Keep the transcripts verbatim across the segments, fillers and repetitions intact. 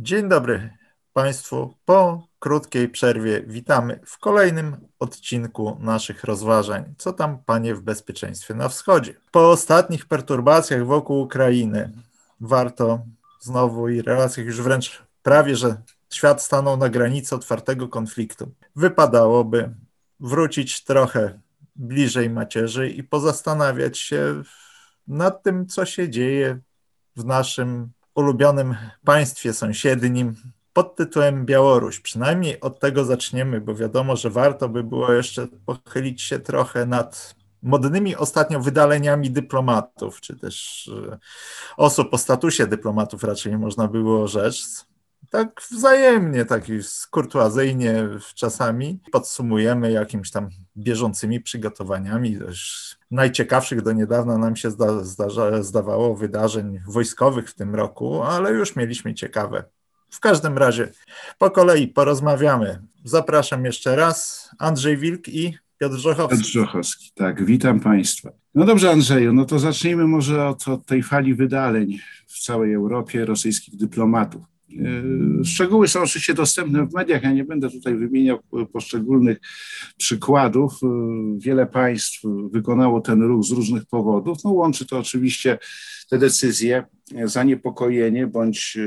Dzień dobry Państwu. Po krótkiej przerwie witamy w kolejnym odcinku naszych rozważań. Co tam, panie, w bezpieczeństwie na wschodzie? Po ostatnich perturbacjach wokół Ukrainy warto znowu i relacjach już wręcz prawie, że świat stanął na granicy otwartego konfliktu. Wypadałoby wrócić trochę bliżej macierzy i pozastanawiać się nad tym, co się dzieje w naszym ulubionym państwie sąsiednim pod tytułem Białoruś. Przynajmniej od tego zaczniemy, bo wiadomo, że warto by było jeszcze pochylić się trochę nad modnymi ostatnio wydaleniami dyplomatów, czy też osób o statusie dyplomatów raczej można było rzec. Tak wzajemnie, tak kurtuazyjnie czasami podsumujemy jakimiś tam bieżącymi przygotowaniami też najciekawszych do niedawna nam się zda, zdarza, zdawało wydarzeń wojskowych w tym roku, ale już mieliśmy ciekawe. W każdym razie po kolei porozmawiamy. Zapraszam jeszcze raz Andrzej Wilk i Piotr Żochowski. Piotr Żochowski, tak, witam Państwa. No dobrze, Andrzeju, no to zacznijmy może od, od tej fali wydaleń w całej Europie rosyjskich dyplomatów. Szczegóły są oczywiście dostępne w mediach, ja nie będę tutaj wymieniał poszczególnych przykładów. Wiele państw wykonało ten ruch z różnych powodów. No, łączy to oczywiście te decyzje, zaniepokojenie bądź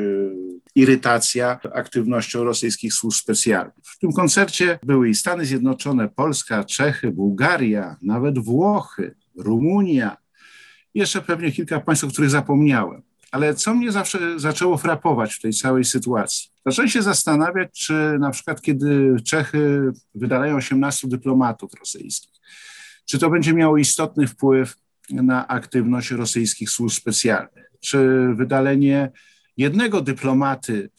irytacja aktywnością rosyjskich służb specjalnych. W tym koncercie były i Stany Zjednoczone, Polska, Czechy, Bułgaria, nawet Włochy, Rumunia, jeszcze pewnie kilka państw, o których zapomniałem. Ale co mnie zawsze zaczęło frapować w tej całej sytuacji? Zacząłem się zastanawiać, czy na przykład kiedy Czechy wydalają osiemnastu dyplomatów rosyjskich, czy to będzie miało istotny wpływ na aktywność rosyjskich służb specjalnych? Czy wydalenie jednego dyplomaty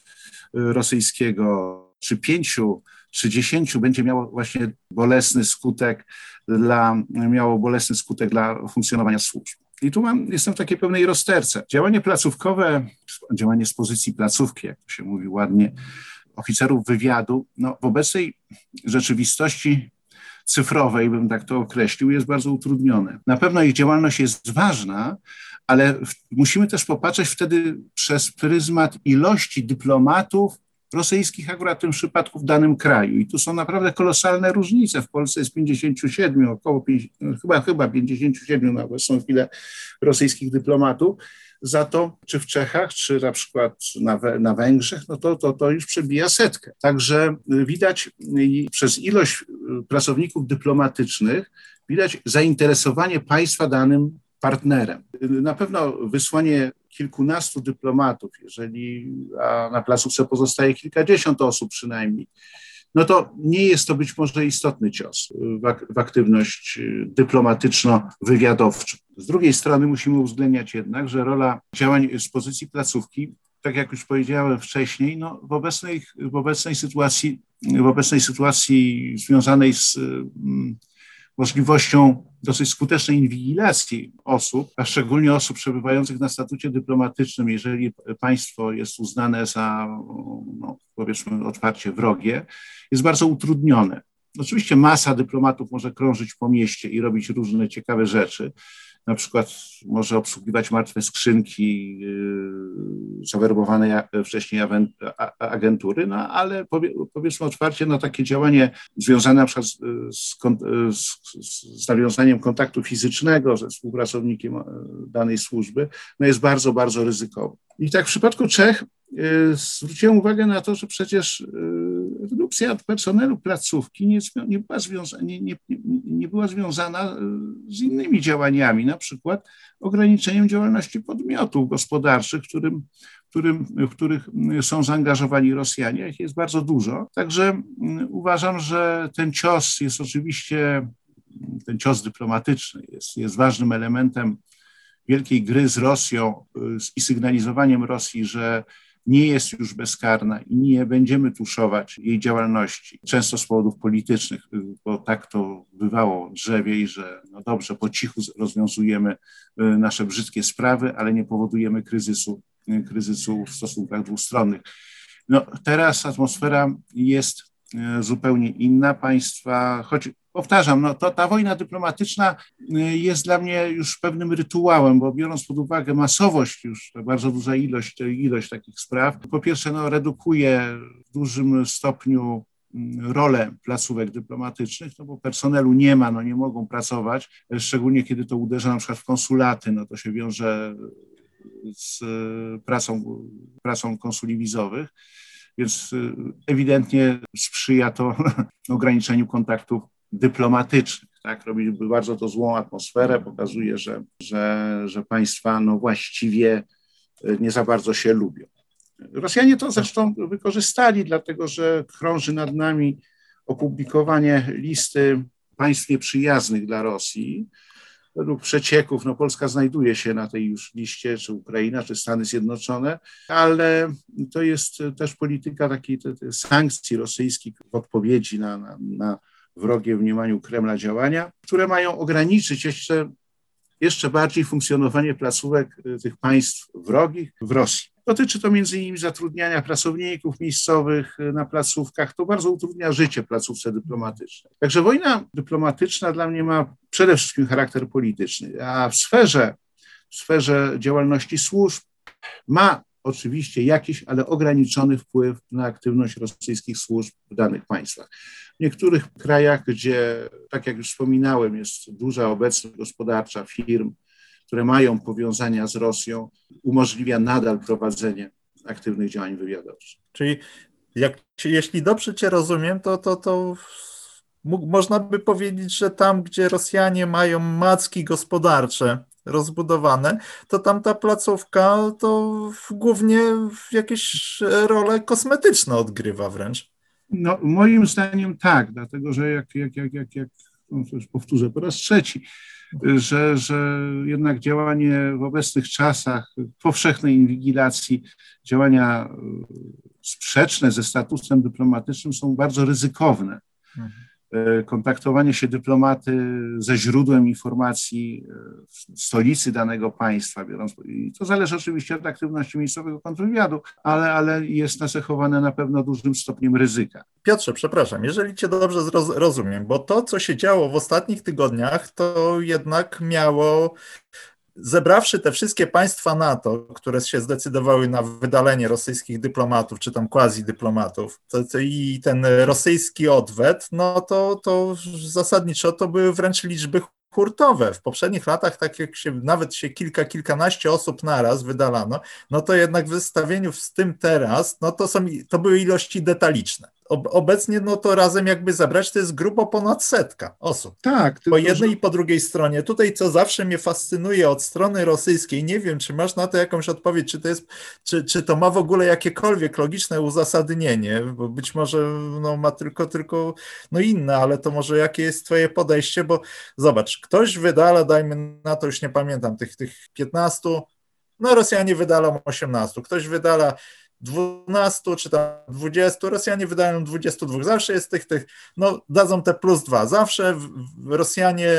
rosyjskiego, czy pięciu, czy dziesięciu będzie miało właśnie bolesny skutek dla, miało bolesny skutek dla funkcjonowania służb? I tu mam, jestem w takiej pewnej rozterce. Działanie placówkowe, działanie z pozycji placówki, jak to się mówi ładnie, oficerów wywiadu, no, w obecnej rzeczywistości cyfrowej, bym tak to określił, jest bardzo utrudnione. Na pewno ich działalność jest ważna, ale w, musimy też popatrzeć wtedy przez pryzmat ilości dyplomatów rosyjskich akurat w tym przypadku w danym kraju. I tu są naprawdę kolosalne różnice. W Polsce jest pięćdziesięciu siedmiu, około pięćdziesięciu, chyba, chyba pięćdziesięciu siedmiu na obecną chwilę rosyjskich dyplomatów. Za to, czy w Czechach, czy na przykład na, na Węgrzech, no to, to, to już przebija setkę. Także widać przez ilość pracowników dyplomatycznych, widać zainteresowanie państwa danym partnerem. Na pewno wysłanie kilkunastu dyplomatów, jeżeli a na placówce pozostaje kilkadziesiąt osób przynajmniej, no to nie jest to być może istotny cios w, ak- w aktywność dyplomatyczno-wywiadowczą. Z drugiej strony musimy uwzględniać jednak, że rola działań z pozycji placówki, tak jak już powiedziałem wcześniej, no w, obecnej, w obecnej sytuacji, w obecnej sytuacji związanej z mm, możliwością dosyć skutecznej inwigilacji osób, a szczególnie osób przebywających na statusie dyplomatycznym, jeżeli państwo jest uznane za, no, powiedzmy, otwarcie wrogie, jest bardzo utrudnione. Oczywiście masa dyplomatów może krążyć po mieście i robić różne ciekawe rzeczy. Na przykład może obsługiwać martwe skrzynki yy, zawerbowane wcześniej agentury, no ale powie, powiedzmy otwarcie, no takie działanie związane na przykład z, z, z nawiązaniem kontaktu fizycznego ze współpracownikiem danej służby, no jest bardzo, bardzo ryzykowne. I tak w przypadku Czech yy, zwróciłem uwagę na to, że przecież yy, redukcja personelu placówki nie, nie, była związa, nie, nie, nie była związana z innymi działaniami, na przykład ograniczeniem działalności podmiotów gospodarczych, w, którym, którym, w których są zaangażowani Rosjanie. Ich jest bardzo dużo. Także uważam, że ten cios jest oczywiście, ten cios dyplomatyczny jest, jest ważnym elementem wielkiej gry z Rosją i sygnalizowaniem Rosji, że nie jest już bezkarna i nie będziemy tuszować jej działalności, często z powodów politycznych, bo tak to bywało w drzewie i że no dobrze, po cichu rozwiązujemy nasze brzydkie sprawy, ale nie powodujemy kryzysu, kryzysu w stosunkach dwustronnych. No, teraz atmosfera jest zupełnie inna. Państwa, choć Powtarzam, no to ta wojna dyplomatyczna jest dla mnie już pewnym rytuałem, bo biorąc pod uwagę masowość, już bardzo duża ilość, ilość takich spraw, po pierwsze no, redukuje w dużym stopniu rolę placówek dyplomatycznych, no bo personelu nie ma, no nie mogą pracować, szczególnie kiedy to uderza na przykład w konsulaty, no to się wiąże z pracą, pracą konsuli wizowych, więc ewidentnie sprzyja to ograniczeniu kontaktów dyplomatycznych. Tak? Robi bardzo to złą atmosferę, pokazuje, że, że, że państwa no właściwie nie za bardzo się lubią. Rosjanie to zresztą wykorzystali, dlatego że krąży nad nami opublikowanie listy państw nieprzyjaznych dla Rosji. Według przecieków no Polska znajduje się na tej już liście, czy Ukraina, czy Stany Zjednoczone, ale to jest też polityka takiej te, te sankcji rosyjskich w odpowiedzi na, na, na wrogie w mniemaniu Kremla działania, które mają ograniczyć jeszcze, jeszcze bardziej funkcjonowanie placówek tych państw wrogich w Rosji. Dotyczy to między innymi zatrudniania pracowników miejscowych na placówkach. To bardzo utrudnia życie placówce dyplomatycznej. Także wojna dyplomatyczna dla mnie ma przede wszystkim charakter polityczny, a w sferze, w sferze działalności służb ma oczywiście jakiś, ale ograniczony wpływ na aktywność rosyjskich służb w danych państwach. W niektórych krajach, gdzie, tak jak już wspominałem, jest duża obecność gospodarcza firm, które mają powiązania z Rosją, umożliwia nadal prowadzenie aktywnych działań wywiadowczych. Czyli jak, jeśli dobrze cię rozumiem, to, to, to mógł, można by powiedzieć, że tam, gdzie Rosjanie mają macki gospodarcze rozbudowane, to tam ta placówka to głównie jakieś role kosmetyczne odgrywa wręcz. No, moim zdaniem tak, dlatego że jak, jak, jak, jak, jak no to już powtórzę po raz trzeci, że, że jednak działanie w obecnych czasach powszechnej inwigilacji, działania sprzeczne ze statusem dyplomatycznym są bardzo ryzykowne. Mhm. Kontaktowanie się dyplomaty ze źródłem informacji w stolicy danego państwa, biorąc, i to zależy oczywiście od aktywności miejscowego kontrwywiadu, ale, ale jest nacechowane na pewno dużym stopniem ryzyka. Piotrze, przepraszam, jeżeli cię dobrze zroz- rozumiem, bo to, co się działo w ostatnich tygodniach, to jednak miało, zebrawszy te wszystkie państwa NATO, które się zdecydowały na wydalenie rosyjskich dyplomatów, czy tam quasi-dyplomatów, to, to i ten rosyjski odwet, no to, to zasadniczo to były wręcz liczby hurtowe. W poprzednich latach, tak jak się nawet się kilka, kilkanaście osób naraz wydalano, no to jednak w zestawieniu z tym teraz, no to są, to były ilości detaliczne. Obecnie no to razem jakby zabrać, to jest grubo ponad setka osób. Tak. Po jednej że... i po drugiej stronie. Tutaj co zawsze mnie fascynuje od strony rosyjskiej, nie wiem, czy masz na to jakąś odpowiedź, czy to jest, czy, czy to ma w ogóle jakiekolwiek logiczne uzasadnienie, bo być może no, ma tylko, tylko no inne, ale to może jakie jest twoje podejście, bo zobacz, ktoś wydala, dajmy na to, już nie pamiętam, tych, tych piętnastu, no Rosjanie wydalą osiemnastu, ktoś wydala dwunastu czy tam dwudziestu, Rosjanie wydają dwudziestu dwóch, zawsze jest tych, tych, no dadzą te plus dwa, zawsze Rosjanie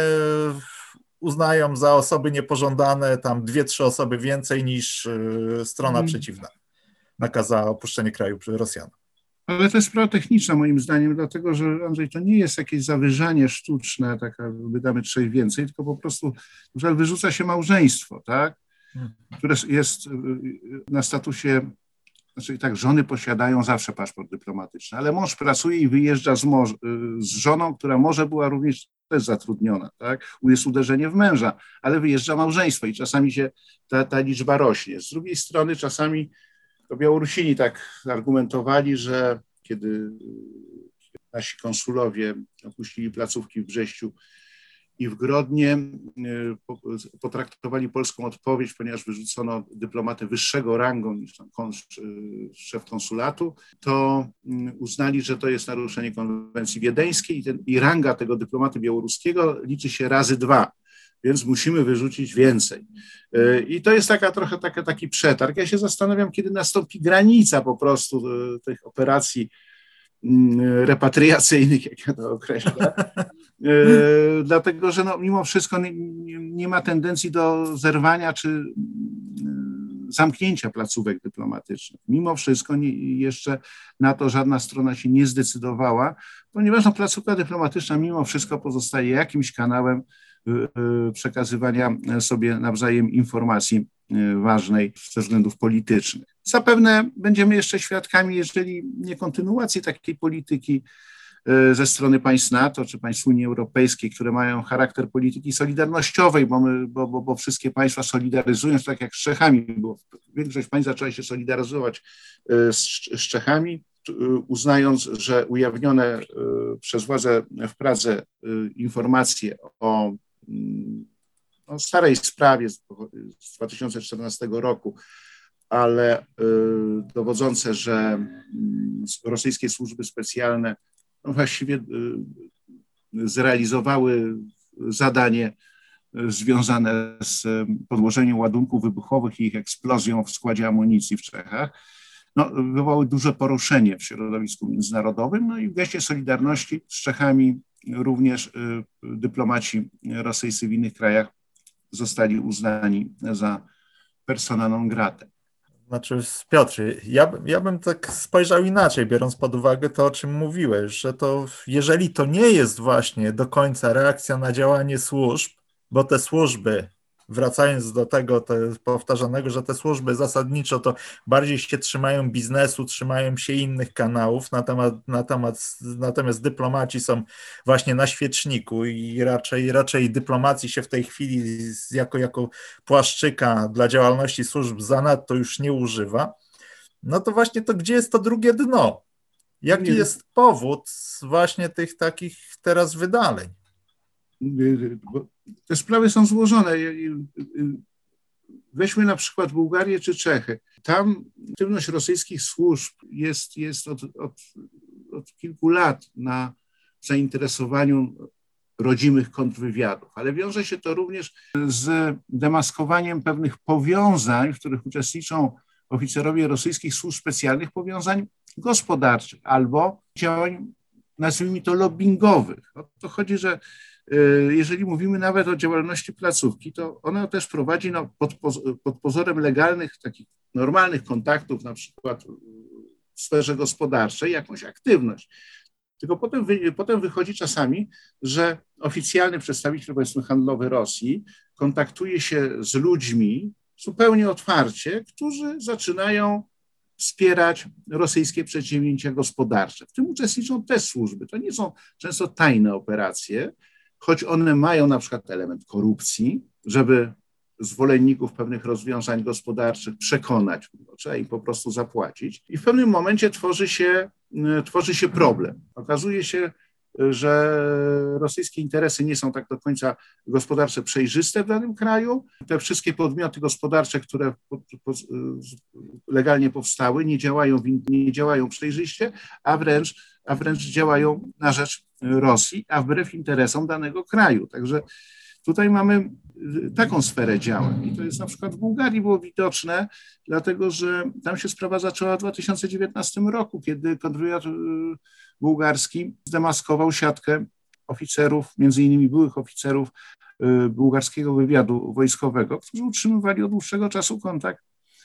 uznają za osoby niepożądane tam dwie, trzy osoby więcej niż strona hmm. przeciwna nakazała opuszczenie kraju Rosjanom. Ale to jest sprawa techniczna moim zdaniem, dlatego że, Andrzej, to nie jest jakieś zawyżanie sztuczne, taka wydamy trzej więcej, tylko po prostu że wyrzuca się małżeństwo, tak, hmm. które jest na statusie. Znaczy tak, żony posiadają zawsze paszport dyplomatyczny, ale mąż pracuje i wyjeżdża z, moż, z żoną, która może była również też zatrudniona, tak? Jest uderzenie w męża, ale wyjeżdża małżeństwo i czasami się ta, ta liczba rośnie. Z drugiej strony czasami to Białorusini tak argumentowali, że kiedy nasi konsulowie opuścili placówki w Brześciu i w Grodnie, potraktowali polską odpowiedź, ponieważ wyrzucono dyplomatę wyższego rangą niż tam szef konsulatu, to uznali, że to jest naruszenie konwencji wiedeńskiej i, ten, i ranga tego dyplomaty białoruskiego liczy się razy dwa, więc musimy wyrzucić więcej. I to jest taka trochę taka, taki przetarg. Ja się zastanawiam, kiedy nastąpi granica po prostu tych operacji repatriacyjnych, jak ja to określę. E, dlatego, że no, mimo wszystko nie, nie, nie ma tendencji do zerwania czy zamknięcia placówek dyplomatycznych. Mimo wszystko nie, jeszcze na to żadna strona się nie zdecydowała, ponieważ no, placówka dyplomatyczna mimo wszystko pozostaje jakimś kanałem przekazywania sobie nawzajem informacji ważnej ze względów politycznych. Zapewne będziemy jeszcze świadkami, jeżeli nie kontynuacji takiej polityki ze strony państw NATO czy państw Unii Europejskiej, które mają charakter polityki solidarnościowej, bo, my, bo, bo, bo wszystkie państwa solidaryzują się, tak jak z Czechami, bo większość państw zaczęła się solidaryzować z, z Czechami, uznając, że ujawnione przez władze w Pradze informacje o, o starej sprawie z dwa tysiące czternastego roku, ale dowodzące, że rosyjskie służby specjalne no właściwie zrealizowały zadanie związane z podłożeniem ładunków wybuchowych i ich eksplozją w składzie amunicji w Czechach, no, wywołały duże poruszenie w środowisku międzynarodowym, no i w geście solidarności z Czechami również dyplomaci rosyjscy w innych krajach zostali uznani za persona non grata. Znaczy, Piotr, ja, ja bym tak spojrzał inaczej, biorąc pod uwagę to, o czym mówiłeś, że to jeżeli to nie jest właśnie do końca reakcja na działanie służb, bo te służby, wracając do tego to powtarzanego, że te służby zasadniczo to bardziej się trzymają biznesu, trzymają się innych kanałów, natomiast, natomiast, natomiast dyplomaci są właśnie na świeczniku i raczej, raczej dyplomacji się w tej chwili jako, jako płaszczyka dla działalności służb zanadto już nie używa, no to właśnie to gdzie jest to drugie dno? Jaki jest powód właśnie tych takich teraz wydaleń? Te sprawy są złożone. Weźmy na przykład Bułgarię czy Czechy. Tam aktywność rosyjskich służb jest, jest od, od, od kilku lat na zainteresowaniu rodzimych kontrwywiadów, ale wiąże się to również z demaskowaniem pewnych powiązań, w których uczestniczą oficerowie rosyjskich służb specjalnych, powiązań gospodarczych albo działań, nazwijmy to, lobbingowych. O to chodzi, że jeżeli mówimy nawet o działalności placówki, to ona też prowadzi no, pod, pod pozorem legalnych, takich normalnych kontaktów, na przykład w sferze gospodarczej, jakąś aktywność. Tylko potem, wy, potem wychodzi czasami, że oficjalny przedstawiciel, powiedzmy, handlowy Rosji kontaktuje się z ludźmi zupełnie otwarcie, którzy zaczynają wspierać rosyjskie przedsięwzięcia gospodarcze. W tym uczestniczą też służby. To nie są często tajne operacje, choć one mają na przykład element korupcji, żeby zwolenników pewnych rozwiązań gospodarczych przekonać, no, trzeba im po prostu zapłacić. I w pewnym momencie tworzy się, tworzy się problem. Okazuje się, że rosyjskie interesy nie są tak do końca gospodarcze przejrzyste w danym kraju. Te wszystkie podmioty gospodarcze, które po, po, legalnie powstały, nie działają, nie działają przejrzyście, a wręcz, a wręcz działają na rzecz Rosji, a wbrew interesom danego kraju. Także tutaj mamy taką sferę działań i to jest na przykład w Bułgarii było widoczne, dlatego że tam się sprawa zaczęła w dwa tysiące dziewiętnastym roku, kiedy kontrwywiad bułgarski zdemaskował siatkę oficerów, między innymi byłych oficerów bułgarskiego wywiadu wojskowego, którzy utrzymywali od dłuższego czasu kontakt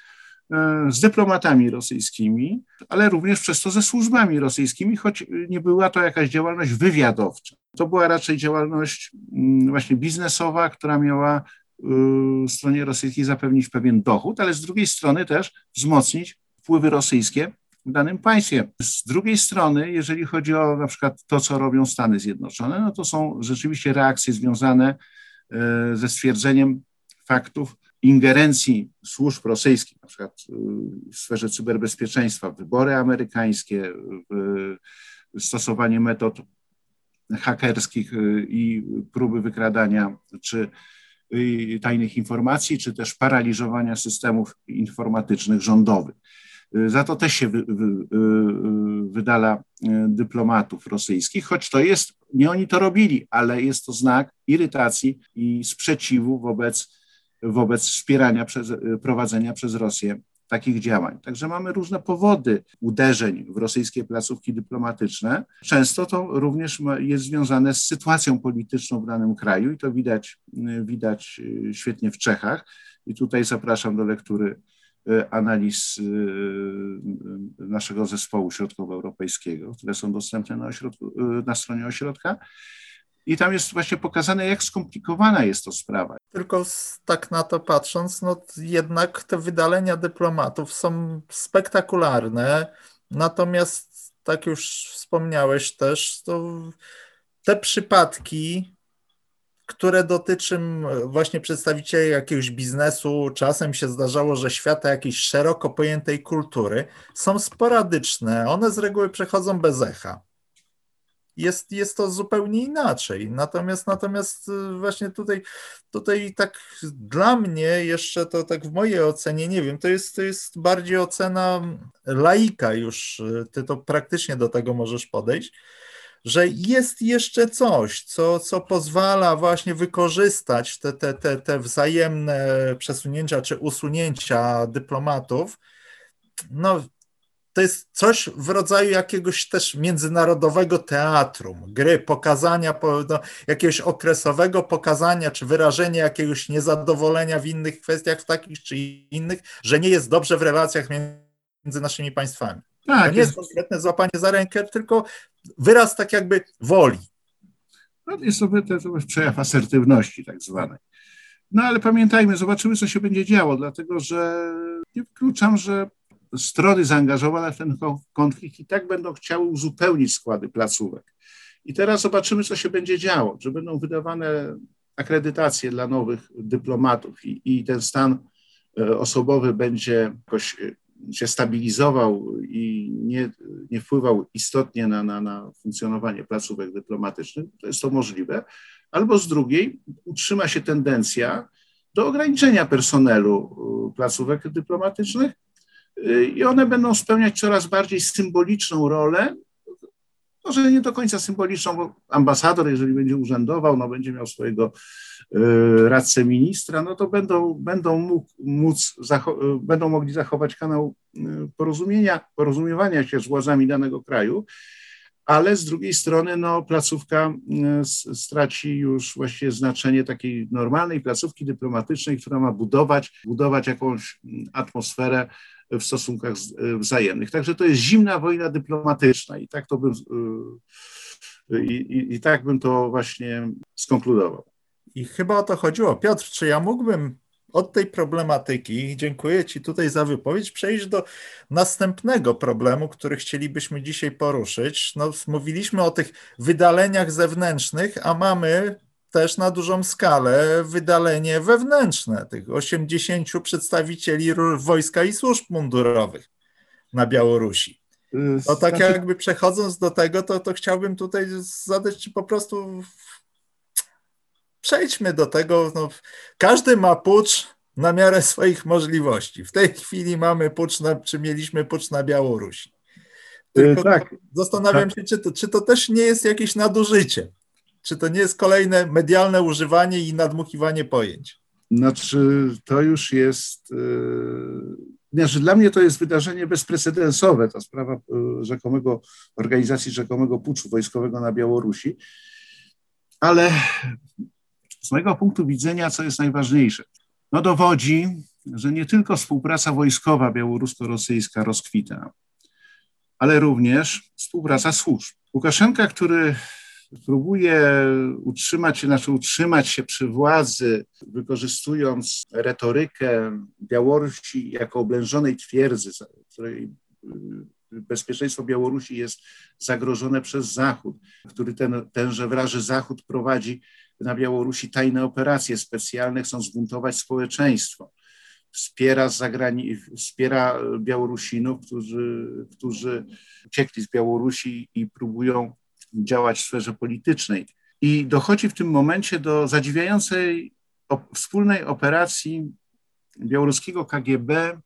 z dyplomatami rosyjskimi, ale również przez to ze służbami rosyjskimi, choć nie była to jakaś działalność wywiadowcza. To była raczej działalność właśnie biznesowa, która miała stronie rosyjskiej zapewnić pewien dochód, ale z drugiej strony też wzmocnić wpływy rosyjskie w danym państwie. Z drugiej strony, jeżeli chodzi o na przykład to, co robią Stany Zjednoczone, no to są rzeczywiście reakcje związane ze stwierdzeniem faktów ingerencji służb rosyjskich, na przykład w sferze cyberbezpieczeństwa, w wybory amerykańskie, w stosowanie metod hakerskich i próby wykradania czy tajnych informacji, czy też paraliżowania systemów informatycznych rządowych. Za to też się wy, wy, wydala dyplomatów rosyjskich, choć to jest, nie oni to robili, ale jest to znak irytacji i sprzeciwu wobec, wobec wspierania, przez, prowadzenia przez Rosję takich działań. Także mamy różne powody uderzeń w rosyjskie placówki dyplomatyczne. Często to również jest związane z sytuacją polityczną w danym kraju i to widać, widać świetnie w Czechach. I tutaj zapraszam do lektury analiz naszego zespołu środkowoeuropejskiego, które są dostępne na, ośrodku, na stronie ośrodka. I tam jest właśnie pokazane, jak skomplikowana jest to sprawa. Tylko tak na to patrząc, no jednak te wydalenia dyplomatów są spektakularne, natomiast tak już wspomniałeś też, to te przypadki, które dotyczą właśnie przedstawicieli jakiegoś biznesu, czasem się zdarzało, że świata jakiejś szeroko pojętej kultury, są sporadyczne, one z reguły przechodzą bez echa. Jest, jest to zupełnie inaczej. Natomiast, natomiast właśnie tutaj, tutaj tak dla mnie jeszcze to tak w mojej ocenie, nie wiem, to jest, to jest bardziej ocena laika już, ty to praktycznie do tego możesz podejść, że jest jeszcze coś, co, co pozwala właśnie wykorzystać te, te, te, te wzajemne przesunięcia czy usunięcia dyplomatów. No, to jest coś w rodzaju jakiegoś też międzynarodowego teatrum, gry, pokazania, no, jakiegoś okresowego pokazania, czy wyrażenia jakiegoś niezadowolenia w innych kwestiach, w takich czy innych, że nie jest dobrze w relacjach między naszymi państwami. Tak, To nie jest, jest konkretne złapanie za rękę, tylko wyraz tak jakby woli. no jest to, to, to przejaw asertywności tak zwanej. No ale pamiętajmy, zobaczymy, co się będzie działo, dlatego że nie wykluczam, że strony zaangażowane w ten konflikt i tak będą chciały uzupełnić składy placówek. I teraz zobaczymy, co się będzie działo, że będą wydawane akredytacje dla nowych dyplomatów i, i ten stan osobowy będzie jakoś się stabilizował i nie, nie wpływał istotnie na, na, na funkcjonowanie placówek dyplomatycznych, to jest to możliwe, albo z drugiej utrzyma się tendencja do ograniczenia personelu placówek dyplomatycznych i one będą spełniać coraz bardziej symboliczną rolę, może nie do końca symboliczną, bo ambasador, jeżeli będzie urzędował, no będzie miał swojego radcę ministra, no to będą, będą, mógł, móc, będą mogli zachować kanał porozumienia, porozumiewania się z władzami danego kraju, ale z drugiej strony no, placówka straci już właściwie znaczenie takiej normalnej placówki dyplomatycznej, która ma budować, budować jakąś atmosferę w stosunkach wzajemnych. Także to jest zimna wojna dyplomatyczna i tak to bym, i, i, i tak bym to właśnie skonkludował. I chyba o to chodziło. Piotr, czy ja mógłbym od tej problematyki, dziękuję Ci tutaj za wypowiedź, przejść do następnego problemu, który chcielibyśmy dzisiaj poruszyć. No, mówiliśmy o tych wydaleniach zewnętrznych, a mamy też na dużą skalę wydalenie wewnętrzne tych osiemdziesięciu przedstawicieli wojska i służb mundurowych na Białorusi. To tak Znaczy... jakby przechodząc do tego, to, to chciałbym tutaj zadać Ci po prostu... Przejdźmy do tego, no, każdy ma pucz na miarę swoich możliwości. W tej chwili mamy pucz, na, czy mieliśmy pucz na Białorusi. Tylko tak, zastanawiam tak. się, czy to, czy to też nie jest jakieś nadużycie. Czy to nie jest kolejne medialne używanie i nadmuchiwanie pojęć? Znaczy, to już jest... Yy... Znaczy, dla mnie to jest wydarzenie bezprecedensowe, ta sprawa rzekomego, organizacji rzekomego puczu wojskowego na Białorusi. Ale z mojego punktu widzenia, co jest najważniejsze? No dowodzi, że nie tylko współpraca wojskowa białorusko-rosyjska rozkwita, ale również współpraca służb. Łukaszenka, który próbuje utrzymać się, znaczy utrzymać się przy władzy, wykorzystując retorykę Białorusi jako oblężonej twierdzy, której bezpieczeństwo Białorusi jest zagrożone przez Zachód, który ten, tenże wraży Zachód prowadzi na Białorusi tajne operacje specjalne, chcą zbuntować społeczeństwo. Wspiera, zagrani- wspiera Białorusinów, którzy, którzy uciekli z Białorusi i próbują działać w sferze politycznej. I dochodzi w tym momencie do zadziwiającej o, wspólnej operacji białoruskiego K G B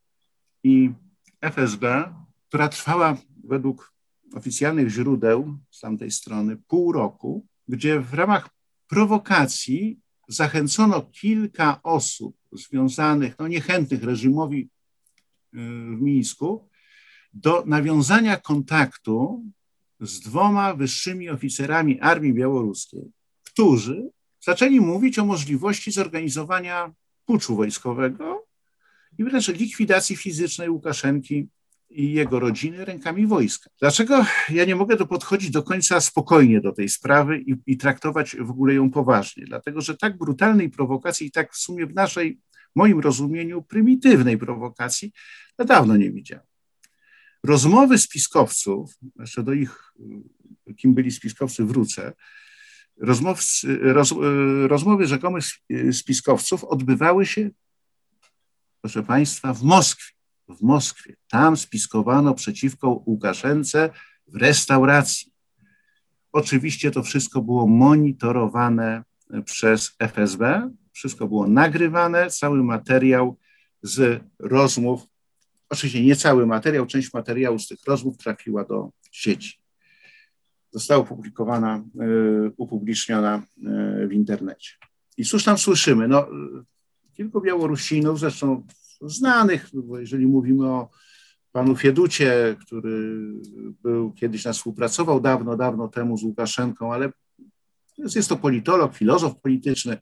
i F S B, która trwała według oficjalnych źródeł z tamtej strony pół roku, gdzie w ramach prowokacji zachęcono kilka osób związanych, no niechętnych reżimowi w Mińsku, do nawiązania kontaktu z dwoma wyższymi oficerami armii białoruskiej, którzy zaczęli mówić o możliwości zorganizowania puczu wojskowego i wręcz likwidacji fizycznej Łukaszenki i jego rodziny rękami wojska. Dlaczego ja nie mogę to podchodzić do końca spokojnie do tej sprawy i, i traktować w ogóle ją poważnie? Dlatego, że tak brutalnej prowokacji i tak w sumie w naszej, moim rozumieniu, prymitywnej prowokacji ja dawno nie widziałem. Rozmowy spiskowców, jeszcze do ich, kim byli spiskowcy, wrócę, rozmow, roz, rozmowy rzekomych spiskowców odbywały się, proszę Państwa, w Moskwie. W Moskwie. Tam spiskowano przeciwko Łukaszence w restauracji. Oczywiście to wszystko było monitorowane przez F S B, wszystko było nagrywane, cały materiał z rozmów, oczywiście nie cały materiał, część materiału z tych rozmów trafiła do sieci. Została opublikowana, upubliczniona w internecie. I cóż tam słyszymy? No, kilku Białorusinów, zresztą znanych, bo jeżeli mówimy o panu Fieducie, który był kiedyś nas współpracował dawno, dawno temu z Łukaszenką, ale jest to politolog, filozof polityczny,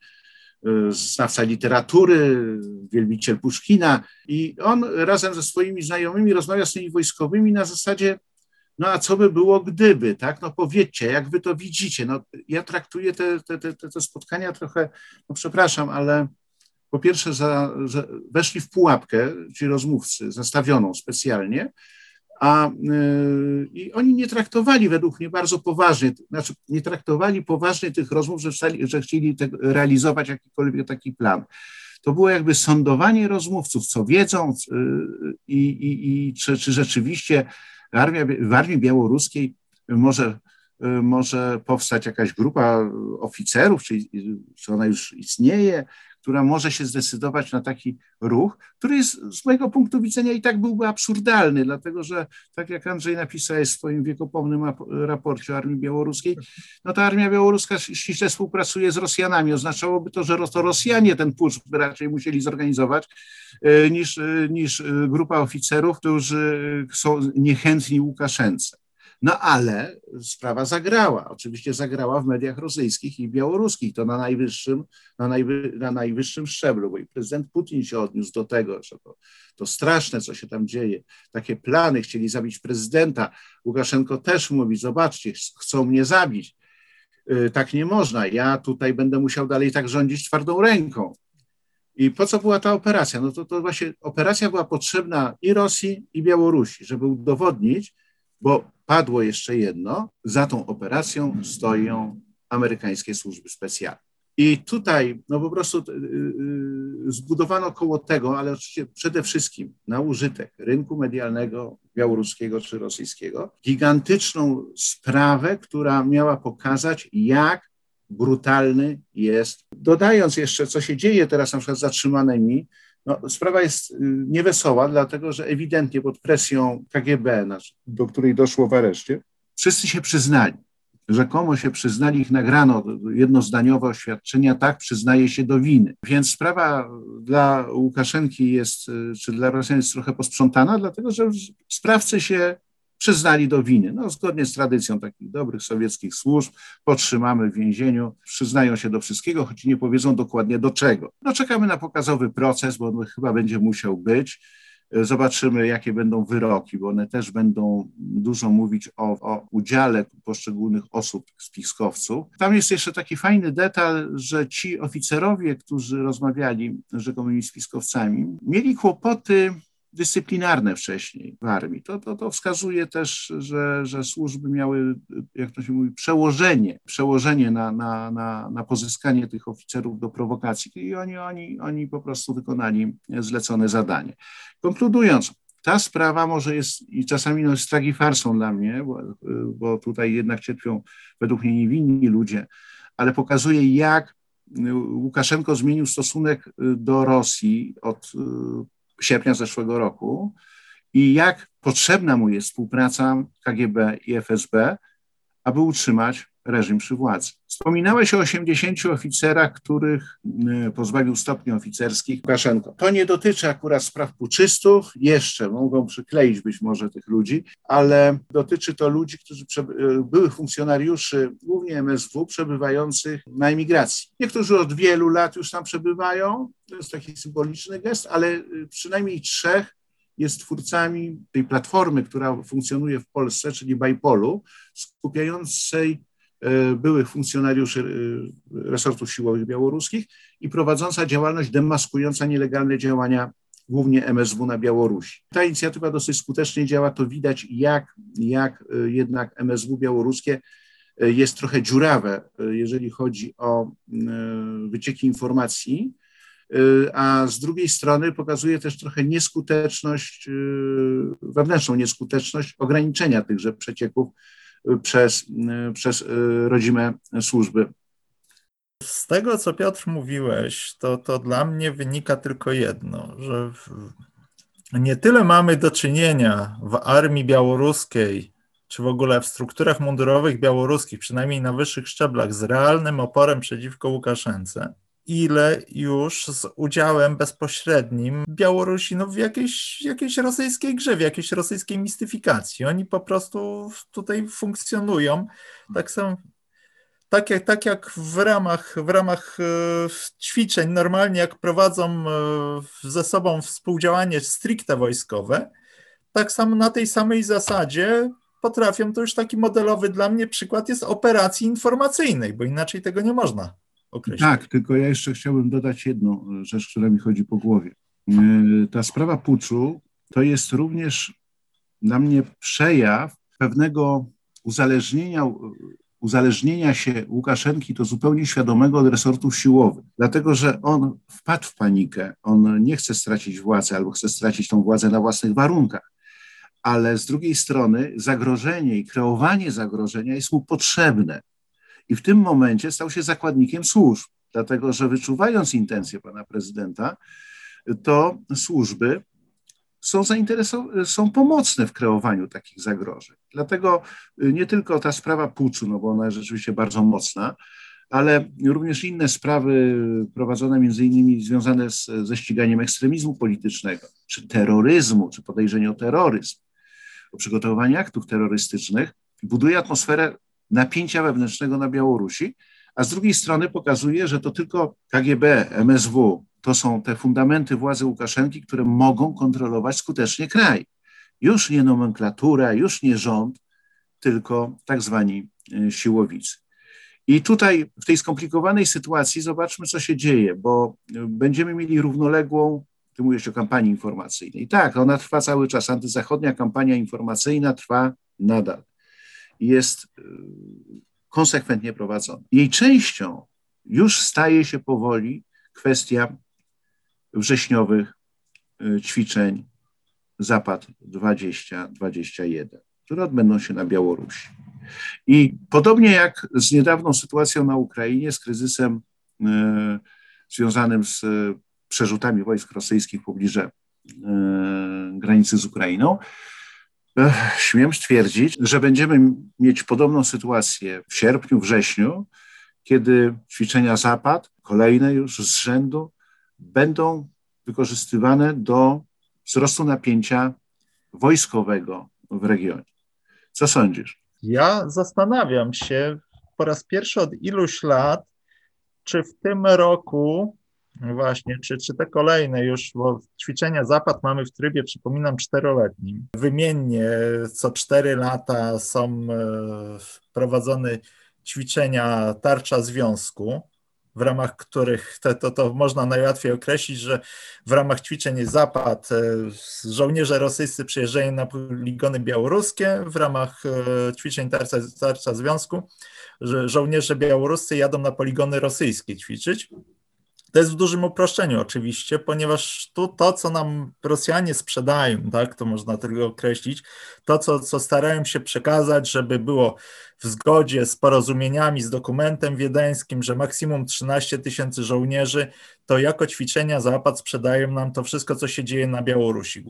znawca literatury, wielbiciel Puszkina i on razem ze swoimi znajomymi rozmawia z tymi wojskowymi na zasadzie, no a co by było gdyby, tak? No powiedzcie, jak wy to widzicie? No ja traktuję te, te, te, te spotkania trochę, no przepraszam, ale po pierwsze za, że weszli w pułapkę, ci rozmówcy, zastawioną specjalnie, a yy, i oni nie traktowali według mnie bardzo poważnie, znaczy nie traktowali poważnie tych rozmów, że, wstali, że chcieli te, realizować jakikolwiek taki plan. To było jakby sądowanie rozmówców, co wiedzą yy, i, i, i czy, czy rzeczywiście armia, w armii białoruskiej może, yy, może powstać jakaś grupa oficerów, czy, czy ona już istnieje, która może się zdecydować na taki ruch, który jest z mojego punktu widzenia i tak byłby absurdalny, dlatego że tak jak Andrzej napisałeś w swoim wiekopomnym raporcie o armii białoruskiej, no ta armia białoruska ściśle współpracuje z Rosjanami. Oznaczałoby to, że to Rosjanie ten pucz by raczej musieli zorganizować niż, niż grupa oficerów, którzy są niechętni Łukaszence. No ale sprawa zagrała, oczywiście zagrała w mediach rosyjskich i białoruskich, to na najwyższym, na, najwy, na najwyższym szczeblu, bo i prezydent Putin się odniósł do tego, że to, to straszne, co się tam dzieje, takie plany, chcieli zabić prezydenta, Łukaszenko też mówi, zobaczcie, chcą mnie zabić, yy, tak nie można, ja tutaj będę musiał dalej tak rządzić twardą ręką. I po co była ta operacja? No to, to właśnie operacja była potrzebna i Rosji, i Białorusi, żeby udowodnić, bo padło jeszcze jedno, za tą operacją stoją amerykańskie służby specjalne. I tutaj no po prostu yy, zbudowano koło tego, ale oczywiście przede wszystkim na użytek rynku medialnego białoruskiego czy rosyjskiego, gigantyczną sprawę, która miała pokazać, jak brutalny jest. Dodając jeszcze, co się dzieje teraz na przykład z zatrzymanymi, no, sprawa jest niewesoła, dlatego że ewidentnie pod presją K G B, do której doszło w areszcie, wszyscy się przyznali. Rzekomo się przyznali, ich nagrano jednozdaniowe oświadczenia, tak, przyznaje się do winy. Więc sprawa dla Łukaszenki jest, czy dla Rosjan jest trochę posprzątana, dlatego że sprawcy się przyznali do winy. No, zgodnie z tradycją takich dobrych sowieckich służb, potrzymamy w więzieniu, przyznają się do wszystkiego, choć nie powiedzą dokładnie do czego. No, czekamy na pokazowy proces, bo on chyba będzie musiał być. Zobaczymy, jakie będą wyroki, bo one też będą dużo mówić o, o udziale poszczególnych osób, spiskowców. Tam jest jeszcze taki fajny detal, że ci oficerowie, którzy rozmawiali z rzekomymi spiskowcami, mieli kłopoty dyscyplinarne wcześniej w armii. To, to, to wskazuje też, że, że służby miały, jak to się mówi, przełożenie, przełożenie na, na, na, na pozyskanie tych oficerów do prowokacji i oni, oni, oni po prostu wykonali zlecone zadanie. Konkludując, ta sprawa może jest i czasami no, jest tragifarsą dla mnie, bo, bo tutaj jednak cierpią według mnie niewinni ludzie, ale pokazuje, jak Łukaszenko zmienił stosunek do Rosji od sierpnia zeszłego roku i jak potrzebna mu jest współpraca K G B i F S B, aby utrzymać reżim przy władzy. Wspominałeś o osiemdziesięciu oficerach, których pozbawił stopni oficerskich Łukaszenko. To nie dotyczy akurat spraw puczystów, jeszcze mogą przykleić być może tych ludzi, ale dotyczy to ludzi, którzy byłych funkcjonariuszy, głównie M S W, przebywających na emigracji. Niektórzy od wielu lat już tam przebywają, to jest taki symboliczny gest, ale przynajmniej trzech jest twórcami tej platformy, która funkcjonuje w Polsce, czyli Bajpolu, skupiającej byłych funkcjonariuszy resortów siłowych białoruskich i prowadząca działalność demaskująca nielegalne działania głównie M S W na Białorusi. Ta inicjatywa dosyć skutecznie działa, to widać jak, jak jednak M S W białoruskie jest trochę dziurawe, jeżeli chodzi o wycieki informacji, a z drugiej strony pokazuje też trochę nieskuteczność, wewnętrzną nieskuteczność ograniczenia tychże przecieków przez, przez rodzime służby. Z tego, co Piotr mówiłeś, to, to dla mnie wynika tylko jedno, że nie tyle mamy do czynienia w armii białoruskiej, czy w ogóle w strukturach mundurowych białoruskich, przynajmniej na wyższych szczeblach, z realnym oporem przeciwko Łukaszence, ile już z udziałem bezpośrednim Białorusinów w jakiejś, jakiejś rosyjskiej grze, w jakiejś rosyjskiej mistyfikacji. Oni po prostu tutaj funkcjonują tak samo, tak jak, tak jak w ramach, w ramach ćwiczeń, normalnie jak prowadzą ze sobą współdziałanie stricte wojskowe, tak samo na tej samej zasadzie potrafią, to już taki modelowy dla mnie przykład jest operacji informacyjnej, bo inaczej tego nie można określić. Tak, tylko ja jeszcze chciałbym dodać jedną rzecz, która mi chodzi po głowie. Ta sprawa puczu to jest również dla mnie przejaw pewnego uzależnienia, uzależnienia się Łukaszenki do zupełnie świadomego od resortów siłowych, dlatego że on wpadł w panikę, on nie chce stracić władzy albo chce stracić tą władzę na własnych warunkach, ale z drugiej strony zagrożenie i kreowanie zagrożenia jest mu potrzebne. I w tym momencie stał się zakładnikiem służb, dlatego że wyczuwając intencje pana prezydenta, to służby są zainteresowane, są pomocne w kreowaniu takich zagrożeń. Dlatego nie tylko ta sprawa puczu, no bo ona jest rzeczywiście bardzo mocna, ale również inne sprawy prowadzone między innymi związane z, ze ściganiem ekstremizmu politycznego, czy terroryzmu, czy podejrzenia o terroryzm, o przygotowywanie aktów terrorystycznych, buduje atmosferę napięcia wewnętrznego na Białorusi, a z drugiej strony pokazuje, że to tylko K G B, M S W, to są te fundamenty władzy Łukaszenki, które mogą kontrolować skutecznie kraj. Już nie nomenklatura, już nie rząd, tylko tak zwani siłowicy. I tutaj w tej skomplikowanej sytuacji zobaczmy, co się dzieje, bo będziemy mieli równoległą, ty mówisz o kampanii informacyjnej. Tak, ona trwa cały czas, antyzachodnia kampania informacyjna trwa nadal. Jest konsekwentnie prowadzona. Jej częścią już staje się powoli kwestia wrześniowych ćwiczeń Zapad dwadzieścia dwadzieścia jeden, które odbędą się na Białorusi. I podobnie jak z niedawną sytuacją na Ukrainie, z kryzysem y, związanym z przerzutami wojsk rosyjskich w pobliże y, granicy z Ukrainą, śmiem stwierdzić, że będziemy mieć podobną sytuację w sierpniu, wrześniu, kiedy ćwiczenia Zapad, kolejne już z rzędu, będą wykorzystywane do wzrostu napięcia wojskowego w regionie. Co sądzisz? Ja zastanawiam się po raz pierwszy od iluś lat, czy w tym roku, właśnie, czy, czy te kolejne już, bo ćwiczenia Zapad mamy w trybie, przypominam, czteroletnim. Wymiennie co cztery lata są prowadzone ćwiczenia Tarcza Związku, w ramach których to, to, to można najłatwiej określić, że w ramach ćwiczeń Zapad żołnierze rosyjscy przyjeżdżają na poligony białoruskie, w ramach ćwiczeń Tarcza, Tarcza Związku że żołnierze białoruscy jadą na poligony rosyjskie ćwiczyć. To jest w dużym uproszczeniu oczywiście, ponieważ tu to, co nam Rosjanie sprzedają, tak, to można tylko określić, to, co, co starają się przekazać, żeby było w zgodzie z porozumieniami, z dokumentem wiedeńskim, że maksimum trzynaście tysięcy żołnierzy, to jako ćwiczenia Zapad sprzedają nam to wszystko, co się dzieje na Białorusi głównie.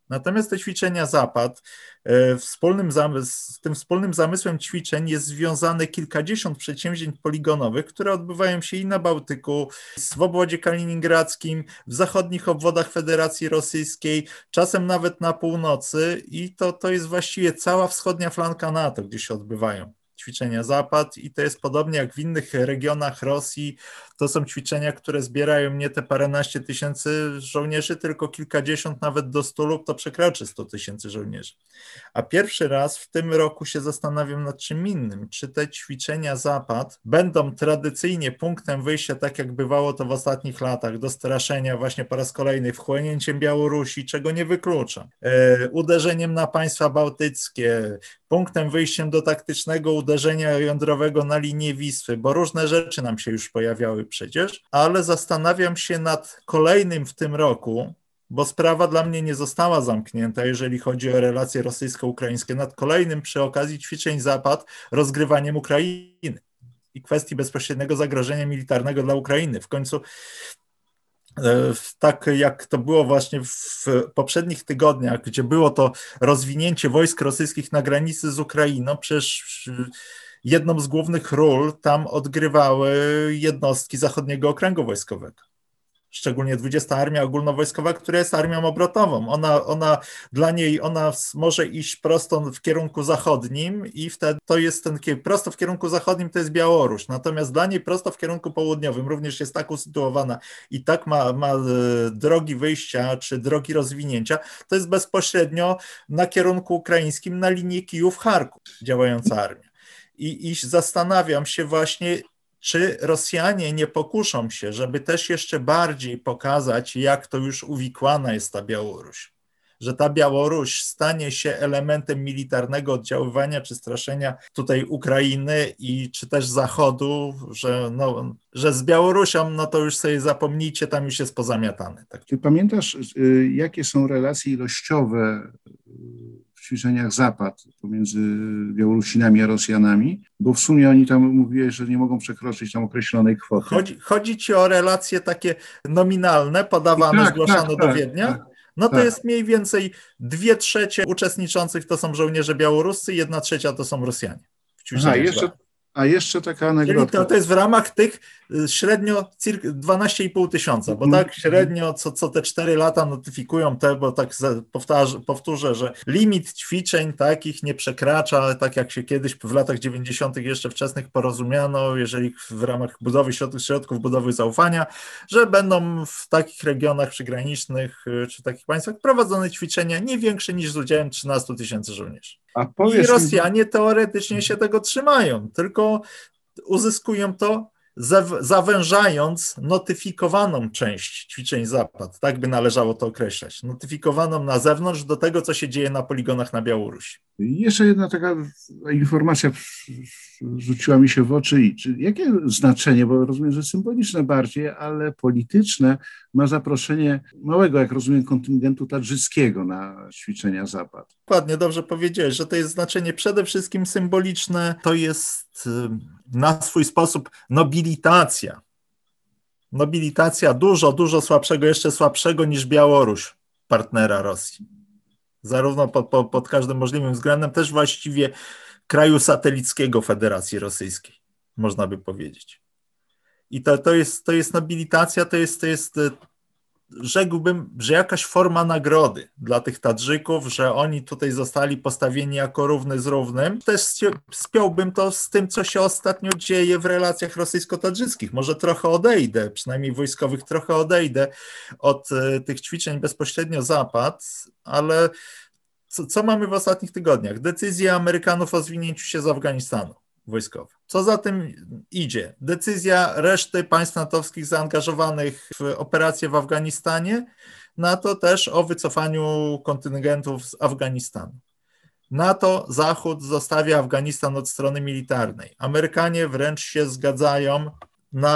Natomiast te ćwiczenia Zapad, e, wspólnym zamysł, z tym wspólnym zamysłem ćwiczeń jest związane kilkadziesiąt przedsięwzięć poligonowych, które odbywają się i na Bałtyku, w obwodzie kaliningradzkim, w zachodnich obwodach Federacji Rosyjskiej, czasem nawet na północy i to, to jest właściwie cała wschodnia flanka NATO, gdzie się odbywają ćwiczenia Zapad i to jest podobnie jak w innych regionach Rosji. To są ćwiczenia, które zbierają nie te paręnaście tysięcy żołnierzy, tylko kilkadziesiąt, nawet do stu lub to przekroczy sto tysięcy żołnierzy. A pierwszy raz w tym roku się zastanawiam nad czym innym. Czy te ćwiczenia Zapad będą tradycyjnie punktem wyjścia, tak jak bywało to w ostatnich latach, do straszenia właśnie po raz kolejny wchłonięciem Białorusi, czego nie wykluczam, e, uderzeniem na państwa bałtyckie, punktem wyjściem do taktycznego uderzenia jądrowego na linię Wisły, bo różne rzeczy nam się już pojawiały przecież, ale zastanawiam się nad kolejnym w tym roku, bo sprawa dla mnie nie została zamknięta, jeżeli chodzi o relacje rosyjsko-ukraińskie, nad kolejnym przy okazji ćwiczeń Zapad rozgrywaniem Ukrainy i kwestii bezpośredniego zagrożenia militarnego dla Ukrainy. W końcu tak jak to było właśnie w poprzednich tygodniach, gdzie było to rozwinięcie wojsk rosyjskich na granicy z Ukrainą, przecież jedną z głównych ról tam odgrywały jednostki Zachodniego Okręgu Wojskowego. Szczególnie dwudziesta Armia Ogólnowojskowa, która jest armią obrotową. Ona, ona, dla niej ona może iść prosto w kierunku zachodnim i wtedy to jest ten, prosto w kierunku zachodnim to jest Białoruś, natomiast dla niej prosto w kierunku południowym również jest tak usytuowana i tak ma, ma drogi wyjścia czy drogi rozwinięcia, to jest bezpośrednio na kierunku ukraińskim na linii Kijów-Charków działająca armia. I, i zastanawiam się właśnie, czy Rosjanie nie pokuszą się, żeby też jeszcze bardziej pokazać, jak to już uwikłana jest ta Białoruś. Że ta Białoruś stanie się elementem militarnego oddziaływania czy straszenia tutaj Ukrainy i czy też Zachodu, że, no, że z Białorusią, no to już sobie zapomnijcie, tam już jest pozamiatane. Tak. Ty pamiętasz, jakie są relacje ilościowe w ćwiczeniach Zapad pomiędzy Białorusinami a Rosjanami? Bo w sumie oni tam mówili, że nie mogą przekroczyć tam określonej kwoty. Chodzi, chodzi ci o relacje takie nominalne, podawane, tak, zgłaszane tak, do tak, Wiednia? Tak, no to tak. jest mniej więcej dwie trzecie uczestniczących to są żołnierze białoruscy, jedna trzecia to są Rosjanie. Aha, jeszcze, a jeszcze taka anegdota. Czyli to, to jest w ramach tych średnio dwanaście i pół tysiąca, bo tak średnio co, co te cztery lata notyfikują te, bo tak powtarzę, powtórzę, że limit ćwiczeń takich nie przekracza, tak jak się kiedyś w latach dziewięćdziesiątych jeszcze wczesnych porozumiano, jeżeli w ramach budowy środków, środków budowy zaufania, że będą w takich regionach przygranicznych czy takich państwach prowadzone ćwiczenia nie większe niż z udziałem trzynastu tysięcy żołnierzy. A I Rosjanie mi... teoretycznie się tego trzymają, tylko uzyskują to zawężając notyfikowaną część ćwiczeń Zapad, tak by należało to określać, notyfikowaną na zewnątrz do tego, co się dzieje na poligonach na Białorusi. Jeszcze jedna taka informacja rzuciła mi się w oczy. Jakie znaczenie, bo rozumiem, że symboliczne bardziej, ale polityczne, ma zaproszenie małego, jak rozumiem, kontyngentu tadżyckiego na ćwiczenia Zapad? Dokładnie, dobrze powiedziałeś, że to jest znaczenie przede wszystkim symboliczne, to jest na swój sposób nobilitacja. Nobilitacja dużo, dużo słabszego, jeszcze słabszego niż Białoruś, partnera Rosji. Zarówno pod, pod, pod każdym możliwym względem, też właściwie kraju satelickiego Federacji Rosyjskiej, można by powiedzieć. I to, to, jest, to jest nobilitacja, to jest, to jest, rzekłbym, że jakaś forma nagrody dla tych Tadżyków, że oni tutaj zostali postawieni jako równy z równym. Też spiąłbym to z tym, co się ostatnio dzieje w relacjach rosyjsko-tadżyckich. Może trochę odejdę, przynajmniej wojskowych, trochę odejdę od tych ćwiczeń bezpośrednio Zapad, ale co, co mamy w ostatnich tygodniach? Decyzja Amerykanów o zwinięciu się z Afganistanu wojskowo. Co za tym idzie? Decyzja reszty państw natowskich zaangażowanych w operacje w Afganistanie, NATO też o wycofaniu kontyngentów z Afganistanu. NATO, Zachód zostawia Afganistan od strony militarnej. Amerykanie wręcz się zgadzają na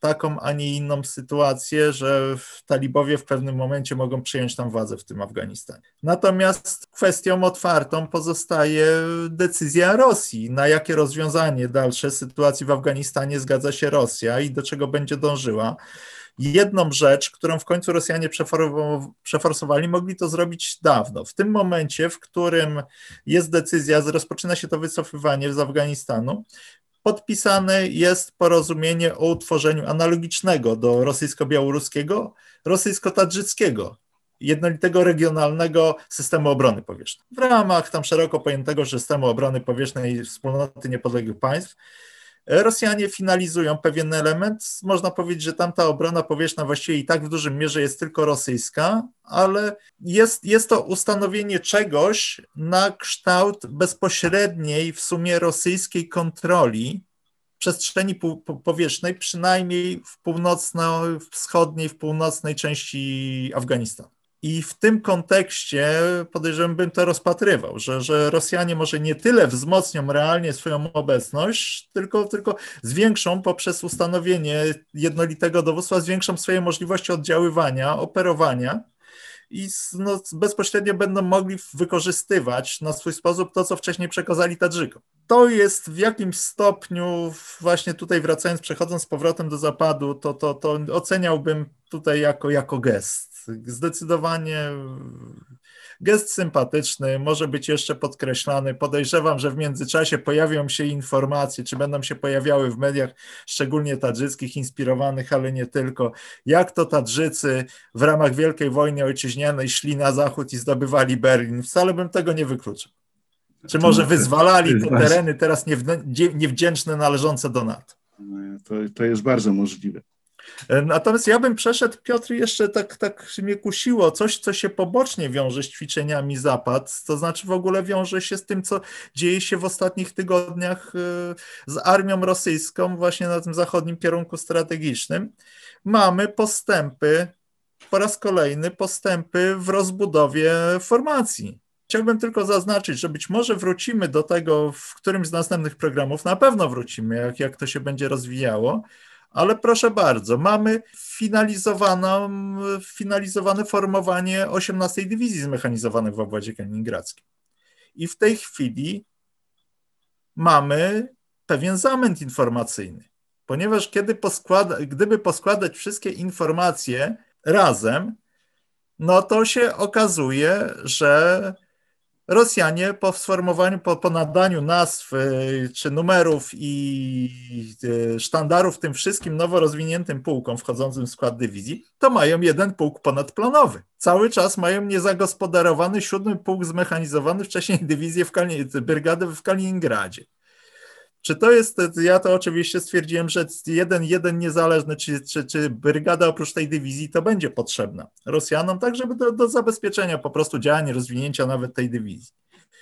taką, a nie inną sytuację, że talibowie w pewnym momencie mogą przyjąć tam władzę w tym Afganistanie. Natomiast kwestią otwartą pozostaje decyzja Rosji, na jakie rozwiązanie dalsze sytuacji w Afganistanie zgadza się Rosja i do czego będzie dążyła. Jedną rzecz, którą w końcu Rosjanie przeforsowali, mogli to zrobić dawno. W tym momencie, w którym jest decyzja, rozpoczyna się to wycofywanie z Afganistanu, podpisane jest porozumienie o utworzeniu analogicznego do rosyjsko-białoruskiego, rosyjsko-tadżyckiego, jednolitego regionalnego systemu obrony powietrznej. W ramach tam szeroko pojętego systemu obrony powietrznej Wspólnoty Niepodległych Państw Rosjanie finalizują pewien element. Można powiedzieć, że tamta obrona powietrzna właściwie i tak w dużym mierze jest tylko rosyjska, ale jest, jest to ustanowienie czegoś na kształt bezpośredniej w sumie rosyjskiej kontroli przestrzeni powietrznej, przynajmniej w północno-wschodniej, w północnej części Afganistanu. I w tym kontekście podejrzewam, bym to rozpatrywał, że, że Rosjanie może nie tyle wzmocnią realnie swoją obecność, tylko, tylko zwiększą poprzez ustanowienie jednolitego dowództwa, zwiększą swoje możliwości oddziaływania, operowania i no, bezpośrednio będą mogli wykorzystywać na swój sposób to, co wcześniej przekazali Tadżykom. To jest w jakimś stopniu, właśnie tutaj wracając, przechodząc z powrotem do Zapadu, to, to, to oceniałbym tutaj jako, jako gest. Zdecydowanie gest sympatyczny, może być jeszcze podkreślany. Podejrzewam, że w międzyczasie pojawią się informacje, czy będą się pojawiały w mediach, szczególnie tadżyckich, inspirowanych, ale nie tylko, jak to Tadżycy w ramach Wielkiej Wojny Ojczyźnianej szli na zachód i zdobywali Berlin. Wcale bym tego nie wykluczył. Czy może wyzwalali te tereny teraz niewdzięczne, należące do NATO. To, to jest bardzo możliwe. Natomiast ja bym przeszedł, Piotr, jeszcze tak, tak mnie kusiło, coś, co się pobocznie wiąże z ćwiczeniami Zapad, to znaczy w ogóle wiąże się z tym, co dzieje się w ostatnich tygodniach z armią rosyjską właśnie na tym zachodnim kierunku strategicznym. Mamy postępy, po raz kolejny postępy w rozbudowie formacji. Chciałbym tylko zaznaczyć, że być może wrócimy do tego w którymś z następnych programów, na pewno wrócimy, jak, jak to się będzie rozwijało, ale proszę bardzo, mamy finalizowaną, finalizowane formowanie osiemnastej Dywizji Zmechanizowanych w obwodzie kaliningradzkim. I w tej chwili mamy pewien zamęt informacyjny, ponieważ kiedy poskłada, gdyby poskładać wszystkie informacje razem, no to się okazuje, że Rosjanie po sformowaniu, po, po nadaniu nazw czy numerów i sztandarów tym wszystkim nowo rozwiniętym pułkom wchodzącym w skład dywizji, to mają jeden pułk ponadplanowy. Cały czas mają niezagospodarowany siódmy pułk zmechanizowany, wcześniej dywizję w Kali- brygadę w Kaliningradzie. Czy to jest, ja to oczywiście stwierdziłem, że jeden, jeden niezależny, czy, czy, czy brygada oprócz tej dywizji to będzie potrzebna Rosjanom, tak żeby do, do zabezpieczenia po prostu działań, rozwinięcia nawet tej dywizji.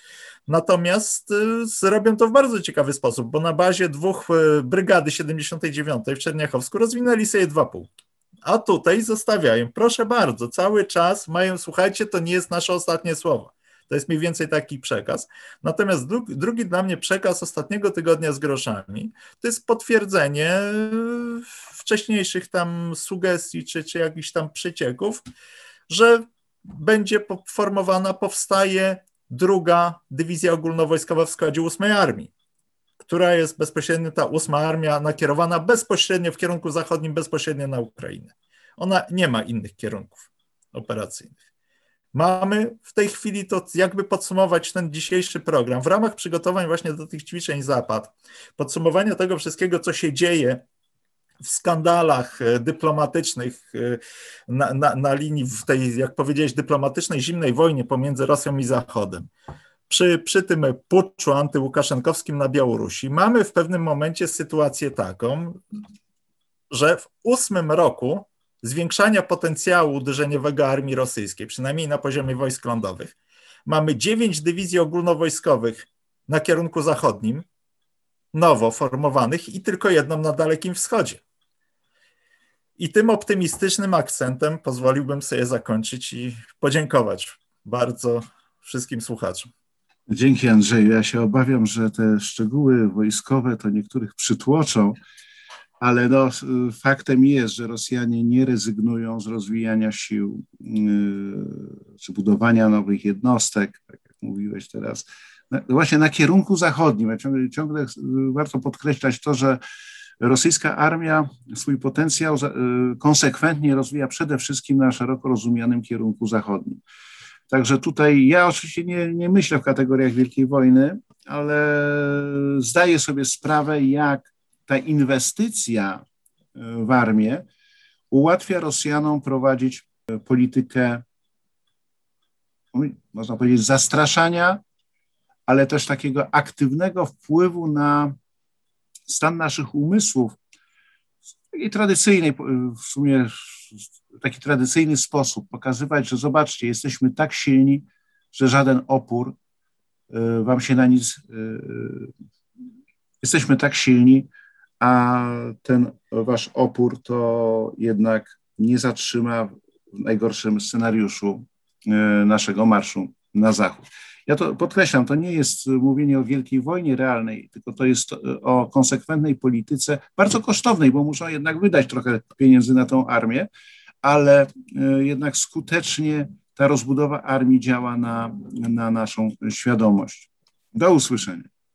Natomiast y, zrobią to w bardzo ciekawy sposób, bo na bazie dwóch y, brygady siedemdziesiątej dziewiątej w Czerniachowsku rozwinęli sobie dwa pułki. A tutaj zostawiają, proszę bardzo, cały czas mają, słuchajcie, to nie jest nasze ostatnie słowo. To jest mniej więcej taki przekaz. Natomiast drugi, drugi dla mnie przekaz ostatniego tygodnia z groszami to jest potwierdzenie wcześniejszych tam sugestii czy, czy jakichś tam przycieków, że będzie formowana, powstaje druga dywizja ogólnowojskowa w składzie ósmej Armii, która jest bezpośrednio, ta ósma Armia nakierowana bezpośrednio w kierunku zachodnim, bezpośrednio na Ukrainę. Ona nie ma innych kierunków operacyjnych. Mamy w tej chwili to, jakby podsumować ten dzisiejszy program, w ramach przygotowań właśnie do tych ćwiczeń Zapad, podsumowania tego wszystkiego, co się dzieje w skandalach dyplomatycznych na, na, na linii w tej, jak powiedziałeś, dyplomatycznej zimnej wojnie pomiędzy Rosją i Zachodem. Przy, przy tym puczu antyłukaszenkowskim na Białorusi mamy w pewnym momencie sytuację taką, że w ósmym roku zwiększania potencjału uderzeniowego armii rosyjskiej, przynajmniej na poziomie wojsk lądowych, mamy dziewięć dywizji ogólnowojskowych na kierunku zachodnim, nowo formowanych i tylko jedną na Dalekim Wschodzie. I tym optymistycznym akcentem pozwoliłbym sobie zakończyć i podziękować bardzo wszystkim słuchaczom. Dzięki, Andrzeju. Ja się obawiam, że te szczegóły wojskowe to niektórych przytłoczą, Ale no, faktem jest, że Rosjanie nie rezygnują z rozwijania sił czy budowania nowych jednostek, tak jak mówiłeś teraz, właśnie na kierunku zachodnim. Ciągle, ciągle warto podkreślać to, że rosyjska armia swój potencjał konsekwentnie rozwija przede wszystkim na szeroko rozumianym kierunku zachodnim. Także tutaj ja oczywiście nie, nie myślę w kategoriach Wielkiej Wojny, ale zdaję sobie sprawę, jak ta inwestycja w armię ułatwia Rosjanom prowadzić politykę, można powiedzieć, zastraszania, ale też takiego aktywnego wpływu na stan naszych umysłów w takiej tradycyjnej, w sumie w taki tradycyjny sposób, pokazywać, że zobaczcie, jesteśmy tak silni, że żaden opór wam się na nic, jesteśmy tak silni, a ten wasz opór to jednak nie zatrzyma w najgorszym scenariuszu naszego marszu na zachód. Ja to podkreślam, to nie jest mówienie o wielkiej wojnie realnej, tylko to jest o konsekwentnej polityce, bardzo kosztownej, bo muszą jednak wydać trochę pieniędzy na tą armię, ale jednak skutecznie ta rozbudowa armii działa na, na naszą świadomość. Do usłyszenia.